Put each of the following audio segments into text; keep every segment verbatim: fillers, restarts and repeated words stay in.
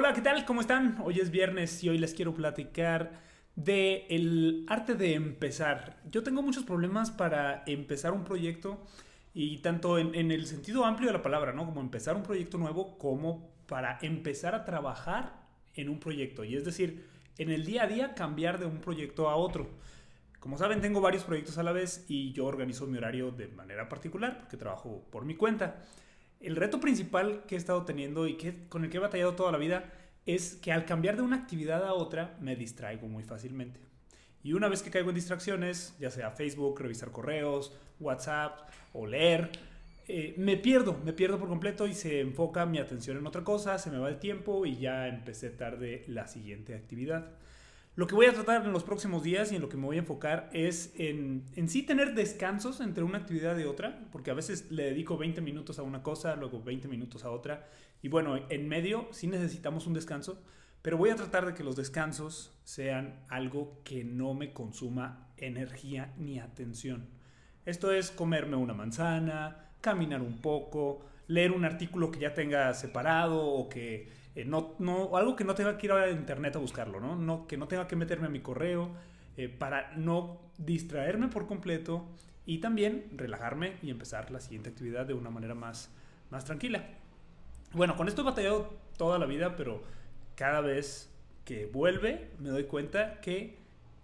Hola, ¿qué tal? ¿Cómo están? Hoy es viernes y hoy les quiero platicar de el arte de empezar. Yo tengo muchos problemas para empezar un proyecto y tanto en, en el sentido amplio de la palabra, ¿no? Como empezar un proyecto nuevo, como para empezar a trabajar en un proyecto. Y es decir, en el día a día cambiar de un proyecto a otro. Como saben, tengo varios proyectos a la vez y yo organizo mi horario de manera particular porque trabajo por mi cuenta. El reto principal que he estado teniendo y que, con el que he batallado toda la vida es que al cambiar de una actividad a otra me distraigo muy fácilmente. Y una vez que caigo en distracciones, ya sea Facebook, revisar correos, WhatsApp o leer, eh, me pierdo, me pierdo por completo y se enfoca mi atención en otra cosa, se me va el tiempo y ya empecé tarde la siguiente actividad. Lo que voy a tratar en los próximos días y en lo que me voy a enfocar es en, en sí tener descansos entre una actividad y otra, porque a veces le dedico veinte minutos a una cosa, luego veinte minutos a otra, y bueno, en medio sí necesitamos un descanso, pero voy a tratar de que los descansos sean algo que no me consuma energía ni atención. Esto es comerme una manzana, caminar un poco, leer un artículo que ya tenga separado o que eh, no, no, algo que no tenga que ir a internet a buscarlo, ¿no? No, que no tenga que meterme a mi correo eh, para no distraerme por completo y también relajarme y empezar la siguiente actividad de una manera más, más tranquila. Bueno, con esto he batallado toda la vida, pero cada vez que vuelve me doy cuenta que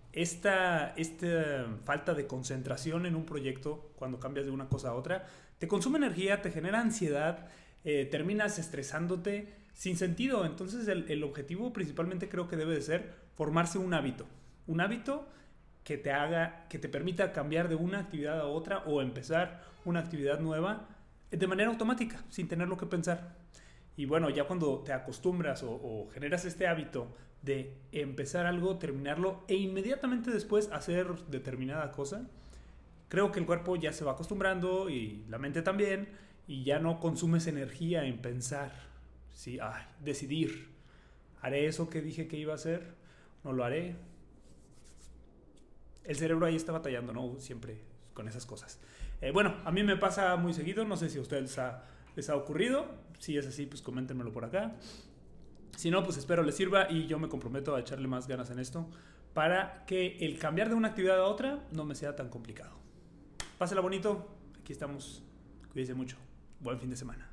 esta, esta falta de concentración en un proyecto cuando cambias de una cosa a otra te consume energía, te genera ansiedad, eh, terminas estresándote sin sentido. Entonces el, el objetivo principalmente creo que debe de ser formarse un hábito. Un hábito que te haga, que te permita cambiar de una actividad a otra o empezar una actividad nueva de manera automática, sin tenerlo que pensar. Y bueno, ya cuando te acostumbras o, o generas este hábito de empezar algo, terminarlo e inmediatamente después hacer determinada cosa, creo que el cuerpo ya se va acostumbrando y la mente también, y ya no consumes energía en pensar, ¿sí? Ay, decidir, ¿haré eso que dije que iba a hacer? ¿No lo haré? El cerebro ahí está batallando, ¿no? Siempre con esas cosas. Eh, bueno, a mí me pasa muy seguido, no sé si a ustedes les ha, les ha ocurrido. Si es así, pues coméntenmelo por acá. Si no, pues espero les sirva y yo me comprometo a echarle más ganas en esto para que el cambiar de una actividad a otra no me sea tan complicado. Pásela bonito, aquí estamos, cuídense mucho, buen fin de semana.